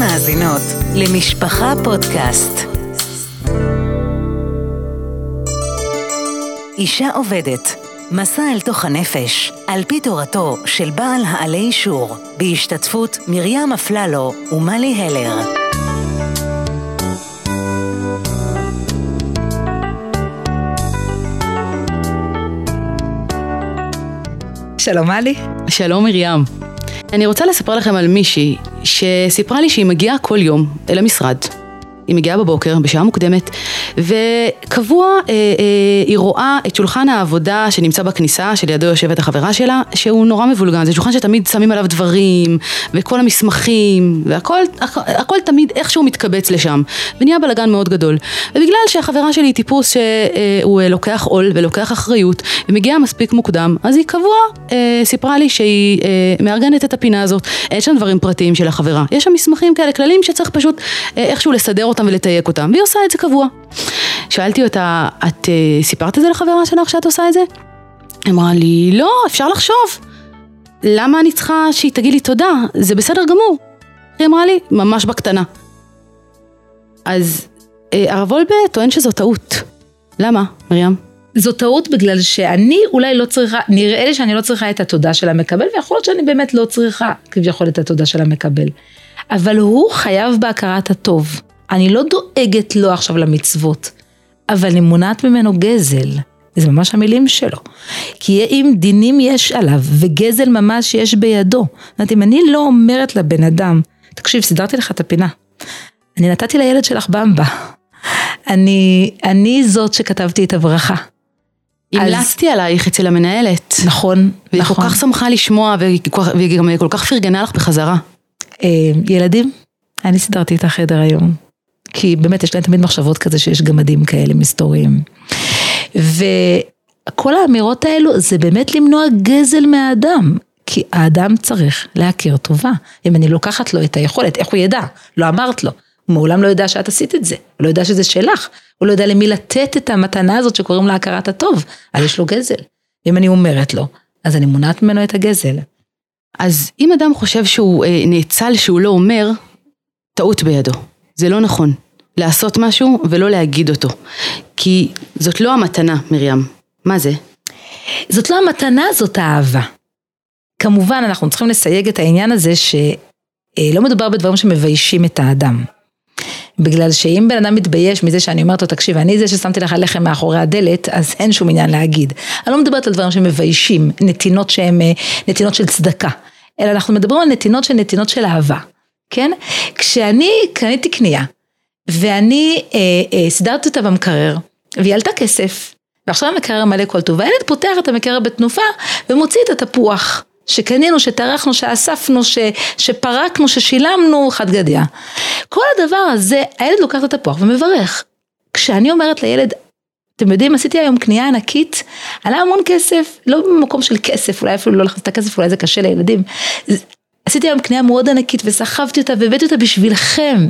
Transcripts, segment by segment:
מאזינות למשפחה פודקאסט. אישה עובדת, מסע אל תוך הנפש, על פי תורתו של בעל העלי אישור, בהשתתפות מרים אפללו ומלי הלר. שלום מלי. שלום מרים. אני רוצה לספר לכם על מישהי שסיפרה לי שהיא מגיעה כל יום אל המשרד. היא מגיעה בבוקר, בשעה מוקדמת, וקבוע היא רואה את שולחן העבודה שנמצא בכניסה, שלידו יושבת החברה שלה, שהוא נורא מבולגן. זה שולחן שתמיד שמים עליו דברים, וכל המסמכים, והכל תמיד איכשהו מתקבץ לשם, ונהיה בלגן מאוד גדול. ובגלל שהחברה שלי היא טיפוס שהוא לוקח עול ולוקח אחריות, ומגיעה מספיק מוקדם, אז היא קבוע סיפרה לי שהיא מארגנת את הפינה הזאת. אין שם דברים פרטיים של החברה. יש שם מסמכים כאלה, כללים שצריך פשוט איכשהו לסדר אותם ולתייק אותם, והיא עושה את זה קבוע. שאלתי אותה, את סיפרת את זה לחברה שלך שאת עושה את זה? היא אמרה לי, לא, אפשר לחשוב. למה אני צריכה שהיא תגיד לי תודה? זה בסדר גמור. היא אמרה לי, ממש בקטנה. אז הרב וולבה טוען שזו טעות. למה, מרים? זו טעות בגלל שאני אולי לא צריכה, נראה לי שאני לא צריכה את התודה של המקבל, ויכול להיות שאני באמת לא צריכה כביכול את התודה של המקבל. אבל הוא חייב בהכרת הטוב. אני לא דואגת לו עכשיו למצוות, אבל אני מונעת ממנו גזל. זה ממש המילים שלו. כי אם דינים יש עליו, וגזל ממש יש בידו. זאת אומרת, אם אני לא אומרת לבן אדם, תקשיב, סידרתי לך את הפינה. אני נתתי לילד שלך במבה. אני זאת שכתבתי את הברכה. המלצתי עלייך אצל המנהלת. נכון. והיא כל כך שמחה לשמוע, והיא גם כל כך פרגנה לך בחזרה. ילדים, אני סידרתי את החדר היום. כי באמת יש להם תמיד מחשבות כזה שיש גמדים כאלה מסתוריים. וכל האמירות האלו זה באמת למנוע גזל מהאדם. כי האדם צריך להכיר טובה. אם אני לוקחת לו את היכולת, איך הוא ידע? לא אמרת לו. הוא מעולם לא יודע שאת עשית את זה. הוא לא יודע שזה שלך. הוא לא יודע למי לתת את המתנה הזאת שקוראים לה הכרת הטוב. אז יש לו גזל. אם אני אומרת לו, אז אני מונעת ממנו את הגזל. אז אם אדם חושב שהוא נאצל שהוא לא אומר, טעות בידו. זה לא נכון. לעשות משהו ולא להגיד אותו. כי זאת לא המתנה, מרים. מה זה? זאת לא המתנה, זאת האהבה. כמובן, אנחנו צריכים לסייג את העניין הזה שלא מדובר בדברים שמביישים את האדם. בגלל שאם בן אדם מתבייש מזה שאני אומרת לו, תקשיב, אני זה ששמתי לך לחם מאחורי הדלת, אז אין שום עניין להגיד. אני לא מדברת על דברים שמביישים, נתינות שהן נתינות של צדקה. אלא אנחנו מדברים על נתינות של אהבה. כן? כשאני קניתי קנייה, ואני סדרתי אותה במקרר, והיא עלתה כסף, ועכשיו המקרר מלא כל טוב, והילד פותח את המקרר בתנופה, ומוציא את התפוח, שקנינו, שטרחנו, שאספנו, שפרקנו, ששילמנו, חד גדיה. כל הדבר הזה, הילד לוקח את התפוח ומברך. כשאני אומרת לילד, אתם יודעים, עשיתי היום קנייה ענקית, עלה המון כסף, לא במקום של כסף, אולי אפילו לא לחזת את הכסף, אולי זה קשה לילדים. עשיתי היום קנייה מאוד ענקית, וסחבתי אותה, והבאתי אותה בשבילכם.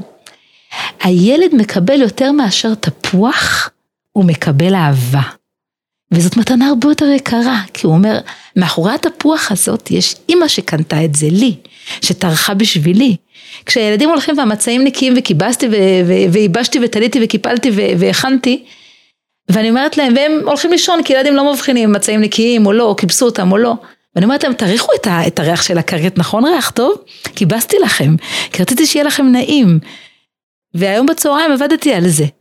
הילד מקבל יותר מאשר תפוח, הוא מקבל אהבה. וזאת מתנה הרבה יותר יקרה, כי הוא אומר, מאחורי התפוח הזאת, יש אמא שקנתה את זה לי, שטרחה בשבילי. כשהילדים הולכים והמצעים נקיים, וכיבסתי, והיבשתי, ותליתי, וקיפלתי, והכנתי, ואני אומרת להם, והם הולכים לישון, כי ילדים לא מבחינים, מצעים נקיים או לא, או קיבסו אותם או לא. ואני אומרת להם, תריחו את הריח של הכרית, נכון ריח טוב? קיבסתי לכם, כי רציתי שיהיה לכם נעים. והיום בצהריים עבדתי על זה.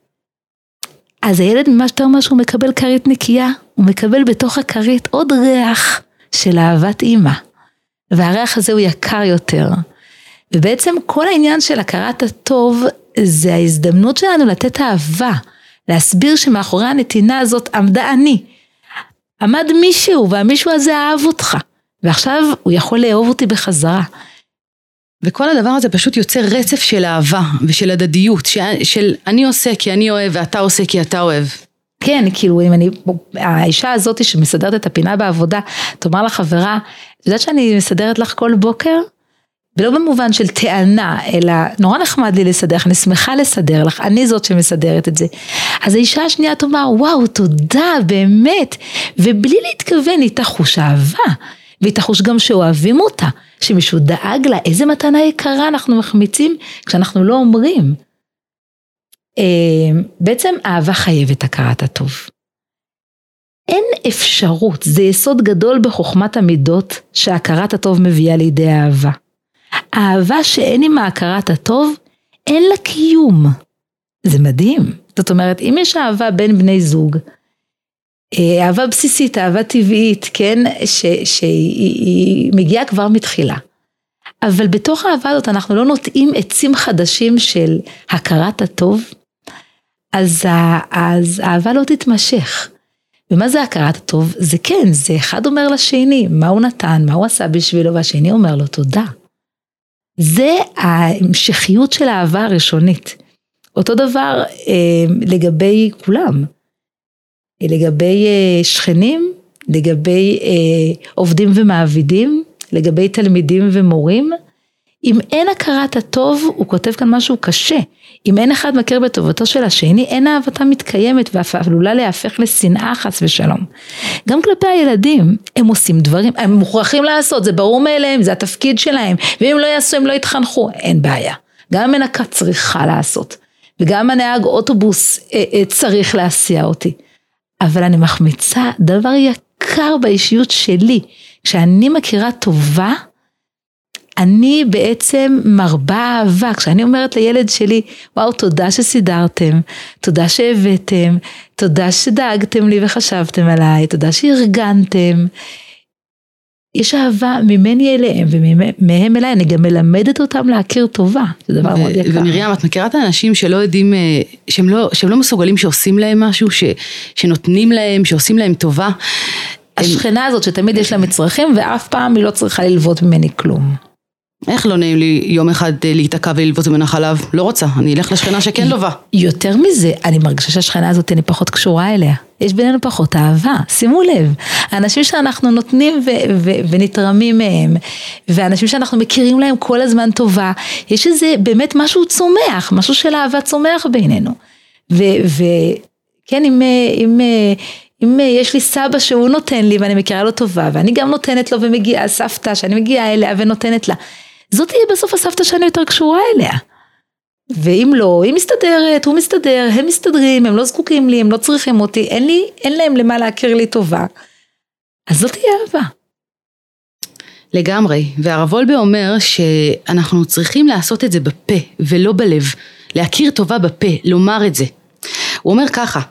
אז הילד ממש טוב מה שהוא מקבל כרית נקייה, הוא מקבל בתוך הכרית עוד ריח של אהבת אמא. והריח הזה הוא יקר יותר. ובעצם כל העניין של הכרת הטוב, זה ההזדמנות שלנו לתת אהבה, להסביר שמאחורי הנתינה הזאת עמדה אני. עמד מישהו, והמישהו הזה אהב אותך. ועכשיו הוא יכול לאהוב אותי בחזרה. וכל הדבר הזה פשוט יוצר רצף של אהבה ושל הדדיות, של אני עושה כי אני אוהב ואתה עושה כי אתה אוהב. כן, כאילו אם האישה הזאת שמסדרת את הפינה בעבודה, תאמר לחברה, את יודעת שאני מסדרת לך כל בוקר? ולא במובן של טענה, אלא נורא נחמד לי לסדר, אני שמחה לסדר לך, אני זאת שמסדרת את זה. אז האישה השנייה תאמר, וואו, תודה, באמת, ובלי להתכוון, היא תחוש אהבה, והיא תחוש גם שאוהבים אותה, שמישהו דאג לה, איזה מתנה יקרה אנחנו מחמיצים כשאנחנו לא אומרים. בעצם אהבה חייבת הכרת הטוב. אין אפשרות, זה יסוד גדול בחוכמת המידות שהכרת הטוב מביאה לידי אהבה. אהבה שאין עם הכרת הטוב, אין לה קיום. זה מדהים. זאת אומרת, אם יש אהבה בין בני זוג, אהבה בסיסית, אהבה טבעית, כן, שהיא מגיעה כבר מתחילה. אבל בתוך האהבה הזאת אנחנו לא נוטעים עצים חדשים של הכרת הטוב, אז האהבה לא תתמשך. ומה זה הכרת הטוב? זה כן, זה אחד אומר לשני, מה הוא נתן, מה הוא עשה בשבילו, והשני אומר לו תודה. זה ההמשכיות של האהבה הראשונית. אותו דבר לגבי כולם. לגבי שכנים, לגבי עובדים ומעבידים, לגבי תלמידים ומורים. אם אין הכרת הטוב, הוא כותב כאן משהו קשה. אם אין אחד מכיר בטובתו של השני, אין אהבתה מתקיימת ואף עלולה להפך לשנאה חס ושלום. גם כלפי הילדים, הם עושים דברים, הם מוכרחים לעשות, זה ברור מאליהם, זה התפקיד שלהם, ואם לא יעשו, הם לא יתחנכו, אין בעיה. גם המנקה צריכה לעשות, וגם הנהג אוטובוס צריך להסיע אותי. אבל אני מחמיצה דבר יקר באישיות שלי, כשאני מכירה טובה, אני בעצם מרבה אהבה, כשאני אומרת לילד שלי, וואו, תודה שסידרתם, תודה שהבאתם, תודה שדאגתם לי וחשבתם עליי, תודה שארגנתם. יש אהבה ממני אליהם ומהם אליי, אני גם מלמדת אותם להכיר טובה, זה דבר מאוד יקר. ומרים, את מכירה את האנשים שלא יודעים, שהם לא מסוגלים שעושים להם משהו, שנותנים להם, שעושים להם טובה? השכנה הזאת שתמיד יש לה מצרכים, ואף פעם היא לא צריכה ללוות ממני כלום. איך לא נעים לי יום אחד להתעקע וללוות ממנה חלב? לא רוצה, אני אלך לשכנה שכן טובה. יותר מזה, אני מרגישה שהשכנה הזאת אני פחות קשורה אליה. יש בינינו פחות אהבה, שימו לב. האנשים שאנחנו נותנים ונתרמים מהם, ואנשים שאנחנו מכירים להם כל הזמן טובה, יש איזה באמת משהו צומח, משהו של אהבה צומח בינינו. וכן, אם יש לי סבא שהוא נותן לי ואני מכירה לו טובה, ואני גם נותנת לו ומגיעה סבתא שאני מגיעה אליה ונותנת לה, זאת תהיה בסוף הסבתא שאני יותר קשורה אליה. ואם לא, היא מסתדרת, הוא מסתדר, הם מסתדרים, הם לא זקוקים לי, הם לא צריכים אותי, אין להם למה להכיר לי טובה. אז זאת תהיה אהבה. לגמרי, והרב וולבה אומר שאנחנו צריכים לעשות את זה בפה ולא בלב, להכיר טובה בפה, לומר את זה. הוא אומר ככה,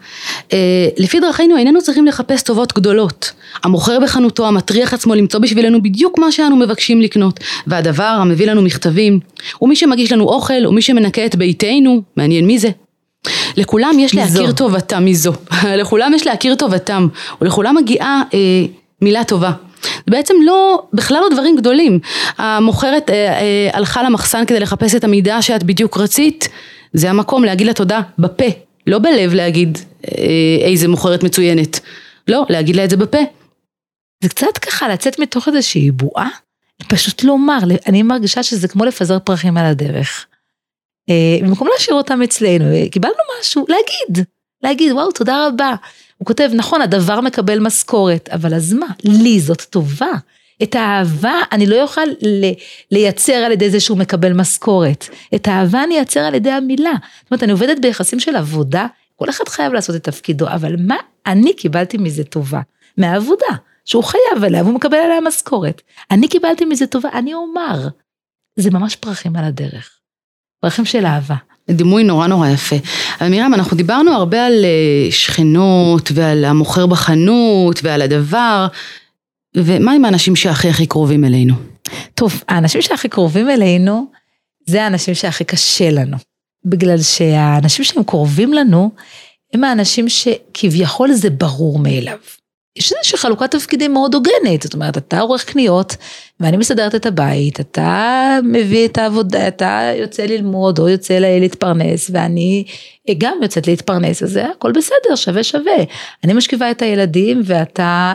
לפי דרכינו איננו צריכים לחפש טובות גדולות. המוכר בחנותו, המטריח עצמו למצוא בשבילנו בדיוק מה שאנו מבקשים לקנות. והדבר המביא לנו מכתבים, ומי שמגיש לנו אוכל, ומי שמנקה את ביתנו, מעניין מי זה. לכולם יש להכיר טובתם מזו. לכולם יש להכיר טובתם, ולכולם מגיעה מילה טובה. זה בעצם בכלל לא דברים גדולים. המוכרת הלכה למחסן כדי לחפש את המידע שאת בדיוק רצית, זה המקום להגיד לה תודה בפה. לא בלב להגיד איזה מוכרת מצוינת. לא, להגיד לה את זה בפה. זה קצת ככה לצאת מתוך איזושהי בועה, פשוט לומר, אני מרגישה שזה כמו לפזר פרחים על הדרך. במקום להשאיר אותם אצלנו, קיבלנו משהו, להגיד, וואו, תודה רבה. הוא כותב, נכון, הדבר מקבל משכורת, אבל אז מה? לי זאת טובה. את האהבה אני לא יוכל לייצר על ידי זה שהוא מקבל משכורת. את האהבה אני אייצר על ידי המילה. זאת אומרת, אני עובדת ביחסים של עבודה, כל אחד חייב לעשות את תפקידו, אבל מה אני קיבלתי מזה טובה? מהעבודה, שהוא חייב עליה, והוא מקבל עליה משכורת. אני קיבלתי מזה טובה, אני אומר. זה ממש פרחים על הדרך. פרחים של אהבה. דימוי נורא נורא יפה. אבל מרים, אנחנו דיברנו הרבה על שכנות, ועל המוכר בחנות, ועל הדבר, ומה עם האנשים שהכי קרובים אלינו? טוב, האנשים שהכי קרובים אלינו, זה האנשים שהכי קשה לנו. בגלל שהאנשים שהם קרובים לנו, הם האנשים שכביכול זה ברור מאליו. יש איזושהי חלוקת תפקידים מאוד הוגנת, זאת אומרת, אתה עורך קניות, ואני מסדרת את הבית, אתה מביא את העבודה, אתה יוצא ללמוד, או יוצא להתפרנס, ואני גם יוצאת להתפרנס, אז זה הכל בסדר, שווה שווה. אני משכיבה את הילדים, ואתה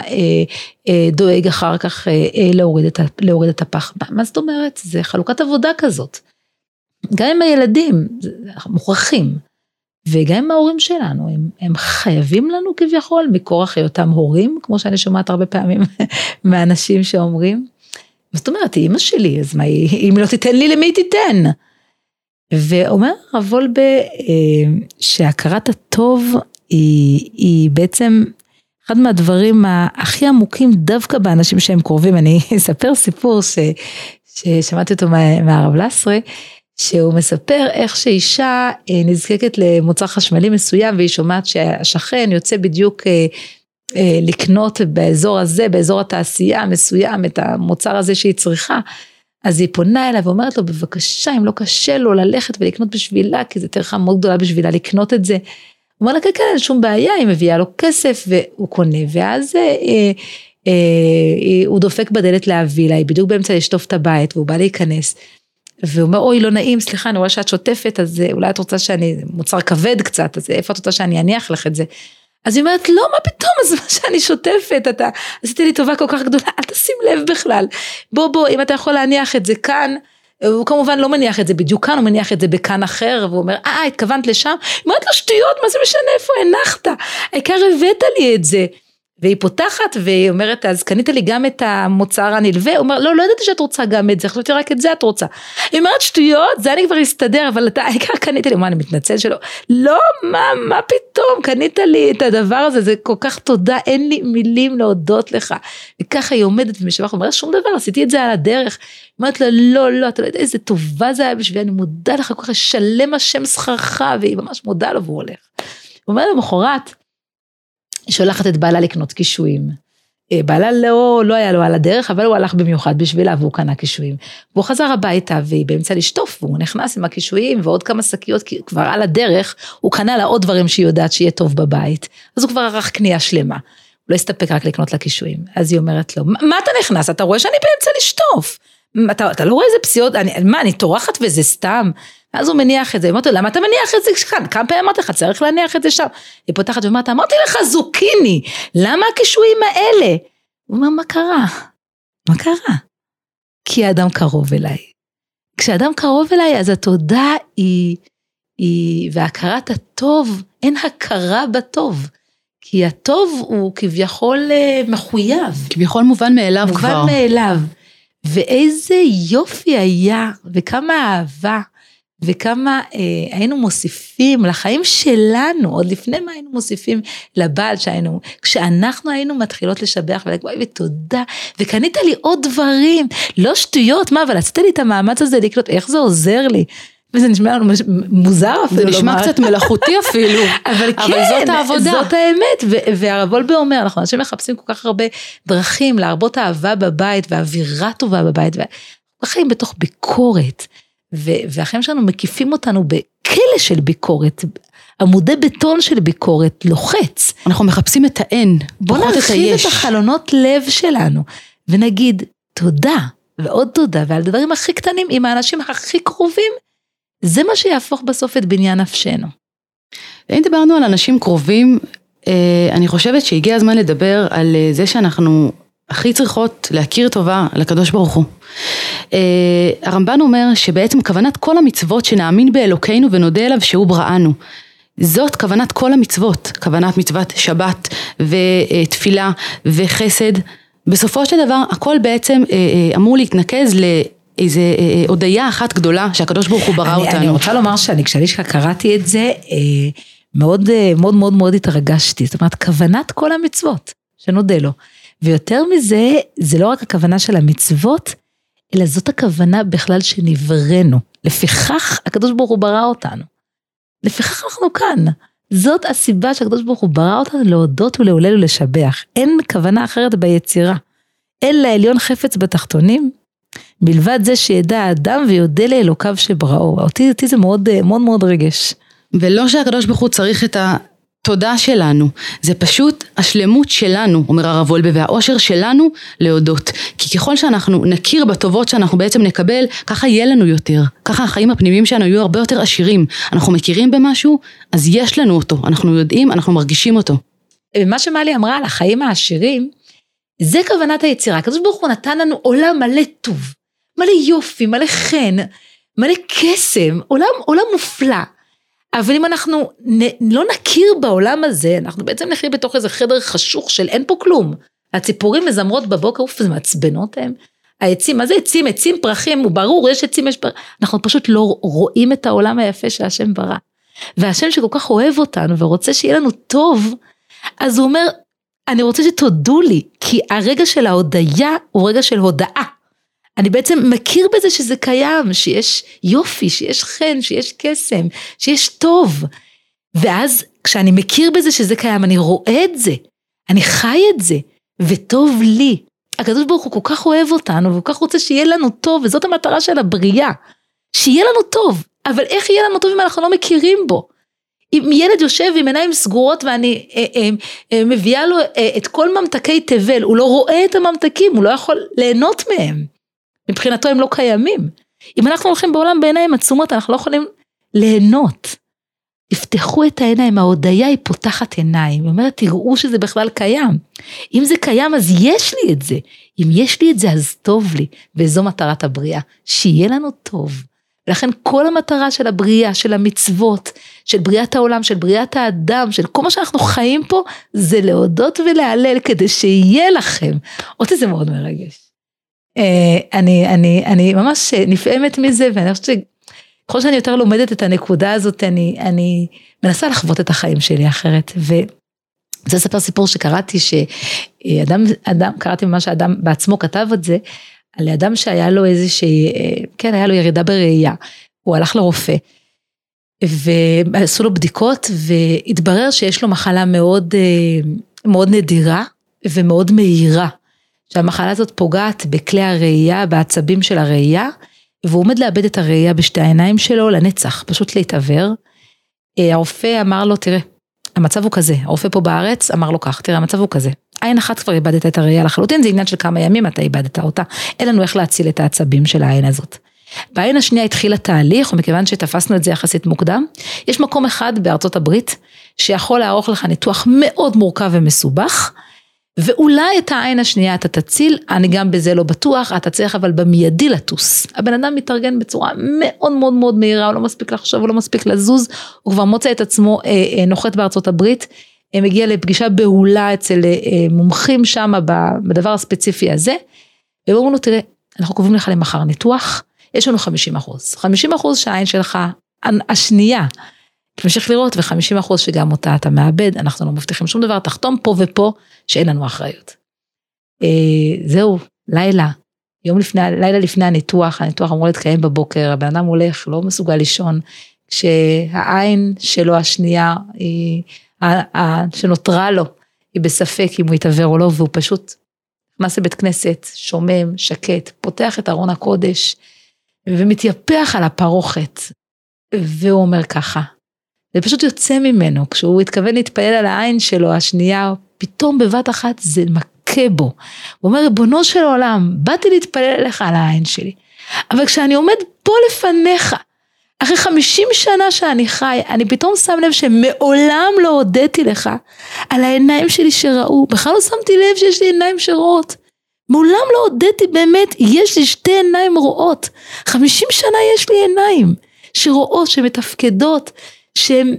דואג אחר כך להוריד את הפח. מה זאת אומרת? זה חלוקת עבודה כזאת. גם עם הילדים, מוכרחים. וגם עם ההורים שלנו, הם חייבים לנו כביכול, מכורח היותם הורים, כמו שאני שומעת הרבה פעמים, מאנשים שאומרים, זאת אומרת, היא אמא שלי, אז מה, אם לא תיתן לי, למי תיתן? ואומר הרב וולבה, שהכרת הטוב היא בעצם אחד מהדברים הכי עמוקים דווקא באנשים שהם קרובים. אני אספר סיפור ששמעתי אותו מהרב לסרי, שהוא מספר איך שאישה נזקקת למוצר חשמלי מסוים, והיא שומעת שהשכן יוצא בדיוק לקנות באזור הזה, באזור התעשייה מסוים, את המוצר הזה שהיא צריכה, אז היא פונה אליו ואומרת לו, בבקשה, אם לא קשה לו ללכת ולקנות בשבילה, כי זו טרחה מאוד גדולה בשבילה לקנות את זה. הוא אומר לה, כן, אין שום בעיה, היא מביאה לו כסף, והוא קונה, ואז הוא דופק בדלת להביא לה, היא בדיוק באמצע לשטוף את הבית, והוא בא להיכנס, והוא אומר, אוי, לא נעים, סליחה, אני רואה שאת שוטפת, אז אולי את רוצה שאני, מוצר כבד קצת, אז איפה את רוצה שאני אניח לך את זה? אז היא אומרת, לא, מה פתאום, אז מה שאני שוטפת, אתה עשיתי לי טובה כל כך גדולה, אל תשים לב בכלל, בוא, אם אתה יכול להניח את זה כאן, הוא כמובן לא מניח את זה בדיוק כאן, הוא מניח את זה בכאן אחר, והוא אומר, התכוונת לשם? היא אומרת לו, שטויות, מה זה משנה איפה הנחת? העיקר הבאת לי את זה. והיא פותחת, והיא אומרת, אז קנית לי גם את המוצר הנלווה, הוא אומר, לא ידעתי שאת רוצה גם את זה, חשבתי רק את זה את רוצה. היא אומרת, שטויות, זה אני כבר אסתדר, אבל אתה, העיקר קנית לי, מה, אני מתנצל שלא? לא, מה פתאום, קנית לי את הדבר הזה, זה כל כך תודה, אין לי מילים להודות לך. וככה היא עומדת ומשבחת, אומרת, שום דבר, עשיתי את זה על הדרך. היא אומרת לה, לא, אתה לא יודע איזה טובה זה היה בשבילי, אני מודה לך, כל כך שלם השם שכרך, והיא ממש מודה לו והוא הולך. הוא אומר למחרת, היא שולחת את בעלה לקנות קישואים. בעלה לא היה לו על הדרך, אבל הוא הלך במיוחד בשבילה, והוא קנה קישואים. והוא חזר הביתה, והיא באמצע לשטוף, והוא נכנס עם הקישואים, ועוד כמה שקיות, כבר על הדרך, הוא קנה לה עוד דברים שהיא יודעת שיהיה טוב בבית. אז הוא כבר ערך קנייה שלמה. הוא לא הסתפק רק לקנות לה קישואים. אז היא אומרת לו, מה אתה נכנס? אתה רואה שאני באמצע לשטוף. אתה לא רואה איזה פסיעות, אני תורחת וזה סתם. אז הוא מניח את זה, אמרתי לו, למה אתה מניח את זה כאן? כמה פעמים אמרתי לך, צריך להניח את זה שם. היא פותחת ואומרת, אמרתי לך זוקיני, למה הקישואים האלה? הוא אומר, מה קרה? כי האדם קרוב אליי. כשאדם קרוב אליי, אז התודה והכרת הטוב, אין הכרה בטוב. כי הטוב הוא כביכול מחויב. כביכול מובן מאליו כבר. מובן מאליו. ואיזה יופי היה, וכמה אהבה, וכמה היינו מוסיפים לחיים שלנו, עוד לפני מה היינו מוסיפים לבעל שהיינו, כשאנחנו היינו מתחילות לשבח ולהגיד, וואי ותודה, וקנית לי עוד דברים, לא שטויות, מה, אבל עשית לי את המאמץ הזה לקנות, איך זה עוזר לי? וזה נשמע לנו מוזר אפילו. זה נשמע קצת מלאכותי אפילו, אבל זאת העבודה. זאת האמת, והרב וולבה אומר, אנחנו אנשים מחפשים כל כך הרבה דרכים, להרבות אהבה בבית, ואווירה טובה בבית, וחיים בתוך ביקורת, והחיים שלנו מקיפים אותנו בכלא של ביקורת, עמודי בטון של ביקורת, לוחץ. אנחנו מחפשים את האין, בוא נרחיב את החלונות לב שלנו, ונגיד תודה, ועוד תודה, ועל דברים הכי קטנים, עם האנשים הכי קרובים, זה מה שיהפוך בסוף את בניין נפשנו. אם דיברנו על אנשים קרובים, אני חושבת שהגיע הזמן לדבר על זה שאנחנו הכי צריכות להכיר טובה לקדוש ברוך הוא. הרמב"ן אומר שבעצם כוונת כל המצוות שנאמין באלוקינו ונודה אליו שהוא בראנו. זאת כוונת כל המצוות, כוונת מצוות שבת ותפילה וחסד. בסופו של דבר הכל בעצם אמור להתנקז איזה הודיה אחת גדולה שהקדוש ברוך הוא ברא אותנו. אני רוצה לומר כשאני קראתי את זה, מאוד מאוד מאוד מאוד התרגשתי. זאת אומרת, כוונת כל המצוות שנודה לו. ויותר מזה, זה לא רק הכוונה של המצוות, אלא זאת הכוונה בכלל שנברנו. לפיכך הקדוש ברוך הוא ברא אותנו. לפיכך אנחנו כאן. זאת הסיבה שהקדוש ברוך הוא ברא אותנו להודות ולהולל ולשבח. אין כוונה אחרת ביצירה. אין לעליון חפץ בתחתונים, מלבד זה שידע האדם ויודה לאלוקיו שבראו. אותי זה מאוד מאוד מאוד רגש. ולא שהקדוש ברוך הוא צריך את התודה שלנו, זה פשוט השלמות שלנו, אומר הרב וולבה, והאושר שלנו להודות. כי ככל שאנחנו נכיר בטובות שאנחנו בעצם נקבל, ככה יהיה לנו יותר. ככה החיים הפנימיים שלנו יהיו הרבה יותר עשירים. אנחנו מכירים במשהו, אז יש לנו אותו. אנחנו יודעים, אנחנו מרגישים אותו. מה שמלי אמרה על החיים העשירים, זה כוונת היצירה. הקדוש ברוך הוא נתן לנו עולם מלא טוב, מלא יופי, מלא חן, מלא קסם, עולם מופלא. אבל אם אנחנו לא נכיר בעולם הזה, אנחנו בעצם נחיה בתוך איזה חדר חשוך של אין פה כלום. הציפורים מזמרות בבוקר, וזה מעצבנות הם. העצים, מה זה עצים? עצים פרחים, הוא ברור, יש עצים, יש פרחים. אנחנו פשוט לא רואים את העולם היפה שהשם ברא. והשם שכל כך אוהב אותנו ורוצה שיהיה לנו טוב, אז הוא אומר, אני רוצה שתודו לי, כי הרגע של ההודעה הוא רגע של הודעה. אני בעצם מכיר בזה שזה קיים, שיש יופי, שיש חן, שיש קסם, שיש טוב. ואז כשאני מכיר בזה שזה קיים, אני רואה את זה, אני חי את זה, וטוב לי. הקדוש ברוך הוא כל כך אוהב אותנו, וכל כך רוצה שיהיה לנו טוב, וזאת המטרה של הבריאה. שיהיה לנו טוב, אבל איך יהיה לנו טוב אם אנחנו לא מכירים בו? אם ילד יושב עם עיניים סגורות, ואני מביאה לו את כל ממתקי תבל, הוא לא רואה את הממתקים, הוא לא יכול ליהנות מהם. מבחינתו הם לא קיימים. אם אנחנו הולכים בעולם בעיניים עצומות, אנחנו לא יכולים ליהנות. תפתחו את העיניים, ההודעה היא פותחת עיניים, היא אומרת, תראו שזה בכלל קיים. אם זה קיים, אז יש לי את זה. אם יש לי את זה, אז טוב לי. וזו מטרת הבריאה, שיהיה לנו טוב. ולכן כל המטרה של הבריאה, של המצוות, של בריאת העולם, של בריאת האדם, של כל מה שאנחנו חיים פה, זה להודות ולהלל כדי שיהיה לכם. אותי זה מאוד מרגש. אני ממש נפעמת מזה, ואני חושבת ככל שאני יותר לומדת את הנקודה הזאת, אני מנסה לחוות את החיים שלי אחרת, וזה ספר סיפור שקראתי, קראתי ממש שאדם בעצמו כתב את זה, על אדם שהיה לו איזושהי, כן, היה לו ירידה בראייה, הוא הלך לרופא, ועשו לו בדיקות, והתברר שיש לו מחלה מאוד, מאוד נדירה, ומאוד מהירה, שהמחלה הזאת פוגעת בכלי הראייה, בעצבים של הראייה, והוא עומד לאבד את הראייה בשתי העיניים שלו לנצח, פשוט להתעבר. הרופא אמר לו, תראה, המצב הוא כזה, הרופא פה בארץ אמר לו כך, תראה, המצב הוא כזה, עין אחת כבר איבדת את הראייה לחלוטין, זה עניין של כמה ימים אתה איבדת אותה, אין לנו איך להציל את העצבים של העין הזאת. בעין השנייה התחיל התהליך, ומכיוון שתפסנו את זה יחסית מוקדם, יש מקום אחד בארצות הברית, שיכול לערוך לך ניתוח מאוד מורכב ומסובך, ואולי את העין השנייה אתה תציל, אני גם בזה לא בטוח, אתה צריך אבל במיידי לטוס. הבן אדם מתארגן בצורה מאוד מאוד מאוד מהירה, הוא לא מספיק לחשוב, הוא לא מספיק לזוז, הוא כבר מוצא את עצמו נוחת בארצות הברית, מגיע לפגישה בהולה אצל מומחים שם בדבר הספציפי הזה, והם אומרים לו, תראה, אנחנו קובעים לך למחר ניתוח, יש לנו 50%. 50% שהעין שלך השנייה, תמשיך לראות, ו50% שגם אותה אתה מאבד, אנחנו לא מבטיחים שום דבר, תחתום פה ופה, שאין לנו אחריות. זהו, לילה לפני הניתוח אמור להתקיים בבוקר, הבן אדם הולך, לא מסוגל לישון, כשהעין שלו השנייה, שנותרה לו, היא בספק אם הוא יתעבר או לא, והוא פשוט נכנס לבית כנסת, שומם, שקט, פותח את ארון הקודש, ומתייפח על הפרוכת, והוא אומר ככה, ופשוט יוצא ממנו, כשהוא התכוון להתפעל על העין שלו, השנייה, פתאום בבת אחת זה מכה בו. הוא אומר, ריבונו של עולם, באתי להתפלל לך על העין שלי, אבל כשאני עומד פה לפניך, אחרי 50 שנה שאני חי, אני פתאום שם לב שמעולם לא הודיתי לך, על העיניים שלי שראו, בכלל לא שמתי לב שיש לי עיניים שרואות, מעולם לא הודיתי באמת, יש לי שתי עיניים רואות, 50 שנה יש לי עיניים, שרואות, שמתפקדות, שהן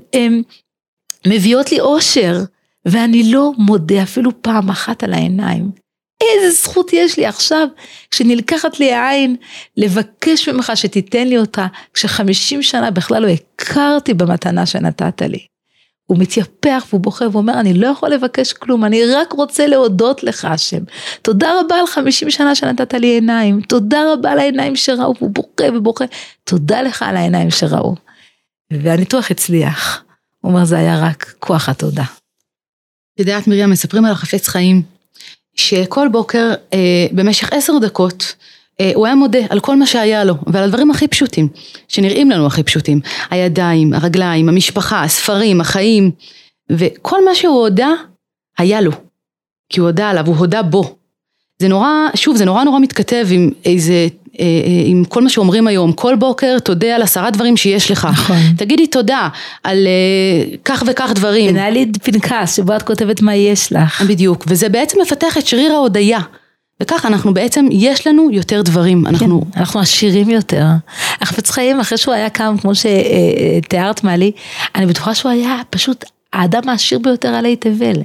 מביאות לי אושר, ואני לא מודה אפילו פעם אחת על העיניים. איזה זכות יש לי עכשיו, כשנלקחת לי העין, לבקש ממך שתיתן לי אותה, כש50 שנה בכלל לא הכרתי במתנה שנתת לי. הוא מתייפח והוא בוכה ואומר, אני לא יכול לבקש כלום, אני רק רוצה להודות לך השם. תודה רבה על 50 שנה שנתת לי עיניים, תודה רבה על העיניים שראו, והוא בוכה ובוכה, תודה לך על העיניים שראו. והניתוח הצליח, הוא אומר, זה היה רק כוח התודה. יודעת מרים, מספרים על החפץ חיים, שכל בוקר במשך 10 דקות, הוא היה מודה על כל מה שהיה לו, ועל הדברים הכי פשוטים, שנראים לנו הכי פשוטים, הידיים, הרגליים, המשפחה, הספרים, החיים, וכל מה שהוא הודע, היה לו, כי הוא הודע עליו, הוא הודע בו. זה נורא, שוב, זה נורא מתכתב עם איזה, עם כל מה שאומרים היום, כל בוקר תודה על 10 דברים שיש לך. נכון. תגידי תודה על כך וכך דברים. ונעלי פנקס שבו את כותבת מה יש לך. בדיוק, וזה בעצם מפתח את שריר ההודיה. וכך אנחנו בעצם, יש לנו יותר דברים. אנחנו עשירים יותר. החפץ חיים, אחרי שהוא היה קם, כמו שתיארת מעלי, אני בטוחה שהוא היה פשוט האדם העשיר ביותר עלי תבל.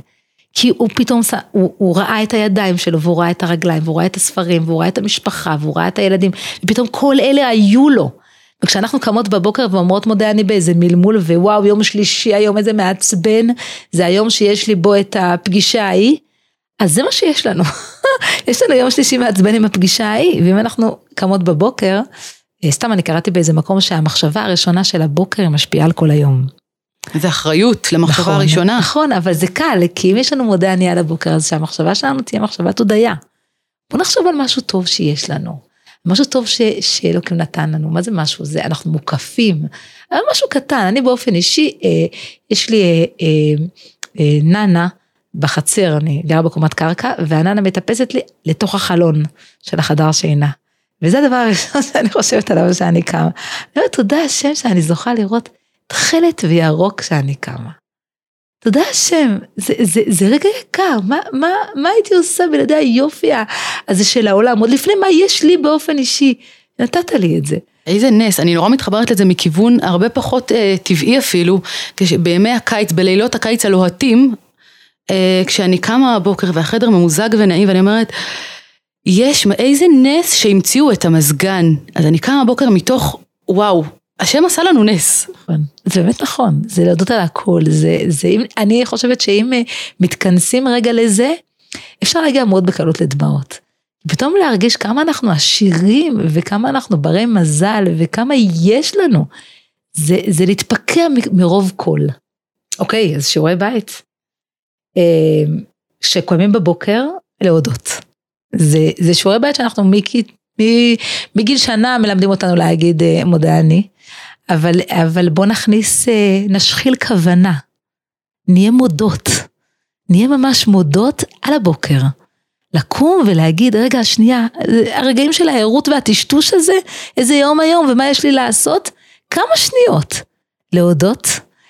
כי הוא פתאום, הוא ראה את הידיים שלו, והוא ראה את הרגליים, והוא ראה את הספרים, והוא ראה את המשפחה, והוא ראה את הילדים, ופתאום כל אלה היו לו. וכשאנחנו קמות בבוקר ואומרות מודה אני באיזה מלמול, ווואו, יום שלישי, היום איזה מעצבן, זה היום שיש לי בו את הפגישה ההיא, אז זה מה שיש לנו. יש לנו יום שלישי מעצבן עם הפגישה ההיא, ואם אנחנו קמות בבוקר, סתם אני קראתי באיזה מקום שהמחשבה הראשונה של הבוקר משפיעה על כל היום. זה אחריות למחשבה נכון, הראשונה. נכון, אבל זה קל, כי אם יש לנו מודה אני על הבוקר, אז שהמחשבה שלנו תהיה מחשבת הודיה. בוא נחשוב על משהו טוב שיש לנו. משהו טוב שאלוקים נתן לנו. מה זה משהו? זה אנחנו מוקפים. אבל משהו קטן, אני באופן אישי, יש לי ננה בחצר, אני גרה בקומת קרקע, והננה מטפסת לי לתוך החלון של החדר שינה. וזה הדבר הראשון שאני חושבת עליו שאני קמה. אני אומרת, תודה השם שאני זוכה לראות תכלת וירוק שאני קמה. תודה השם, זה רגע יקר, מה הייתי עושה בלעדי היופי הזה של העולם, עוד לפני מה יש לי באופן אישי, נתת לי את זה. איזה נס, אני נורא מתחברת לזה מכיוון הרבה פחות טבעי אפילו, בימי הקיץ, בלילות הקיץ הלוהטים, כשאני קמה בבוקר והחדר ממוזג ונעים, ואני אומרת, יש איזה נס שהמציאו את המזגן, אז אני קמה בבוקר מתוך, וואו, השם עשה לנו נס. נכון, זה באמת נכון, זה להודות על הכל, אני חושבת שאם מתכנסים רגע לזה, אפשר להגיע מאוד בקלות לדמעות. פתאום להרגיש כמה אנחנו עשירים, וכמה אנחנו ברי מזל, וכמה יש לנו, זה להתפקע מרוב קול. אוקיי, אז שיעורי בית. שקוימים בבוקר, להודות. זה שיעורי בית שאנחנו מגיל שנה מלמדים אותנו להגיד מודה אני, אבל בוא נשחיל כוונה, נהיה מודות, נהיה ממש מודות על הבוקר, לקום ולהגיד, רגע, שנייה, הרגעים של העירות והטשטוש הזה, איזה יום היום ומה יש לי לעשות, כמה שניות להודות.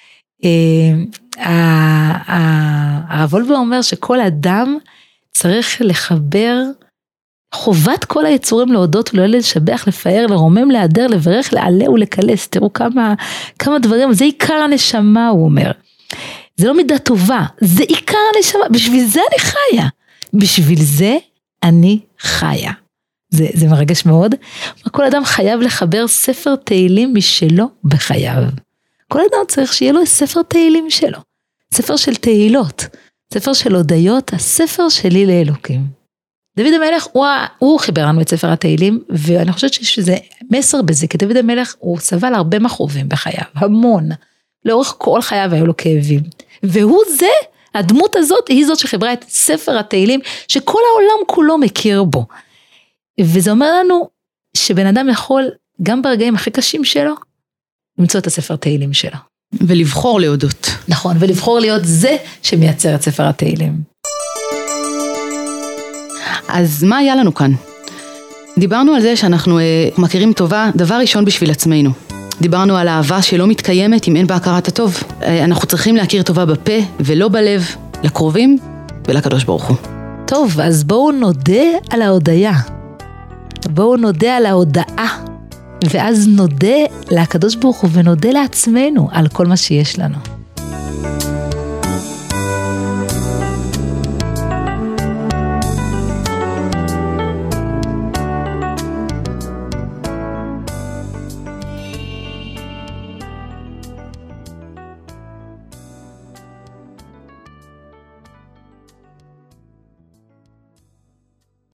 הרב וולבה אומר שכל אדם צריך לחבר, חובת כל היצורים להודות, לא לשבח, לפאר, לרומם, להדר, לברך, לעלה ולקלס. תראו כמה דברים, זה עיקר הנשמה, הוא אומר. זה לא מידה טובה, זה עיקר הנשמה, בשביל זה אני חיה. בשביל זה אני חיה. זה מרגש מאוד. כל אדם חייב לחבר ספר תהילים משלו בחייו. כל אדם צריך שיהיה לו ספר תהילים שלו. ספר של תהילות, ספר של הודיות, הספר שלי לאלוקים. דוד המלך, הוא חיבר לנו את ספר התהילים, ואני חושבת שיש איזה מסר בזה, כי דוד המלך הוא סבל הרבה מכאובים בחייו, המון, לאורך כל חייו היו לו כאבים, והוא זה, הדמות הזאת, היא זאת שחיברה את ספר התהילים, שכל העולם כולו מכיר בו, וזה אומר לנו, שבן אדם יכול, גם ברגעים הכי קשים שלו, למצוא את הספר תהילים שלו. ולבחור להודות. נכון, ולבחור להיות זה שמייצר את ספר התהילים. אז מה היה לנו כאן? דיברנו על זה שאנחנו מכירים טובה, דבר ראשון בשביל עצמנו. דיברנו על האהבה שלא מתקיימת אם אין בה הכרת הטוב. אנחנו צריכים להכיר טובה בפה ולא בלב, לקרובים ולקדוש ברוך הוא. טוב, אז בואו נודה על ההודיה. בואו נודה על ההודעה. ואז נודה לקדוש ברוך הוא ונודה לעצמנו על כל מה שיש לנו.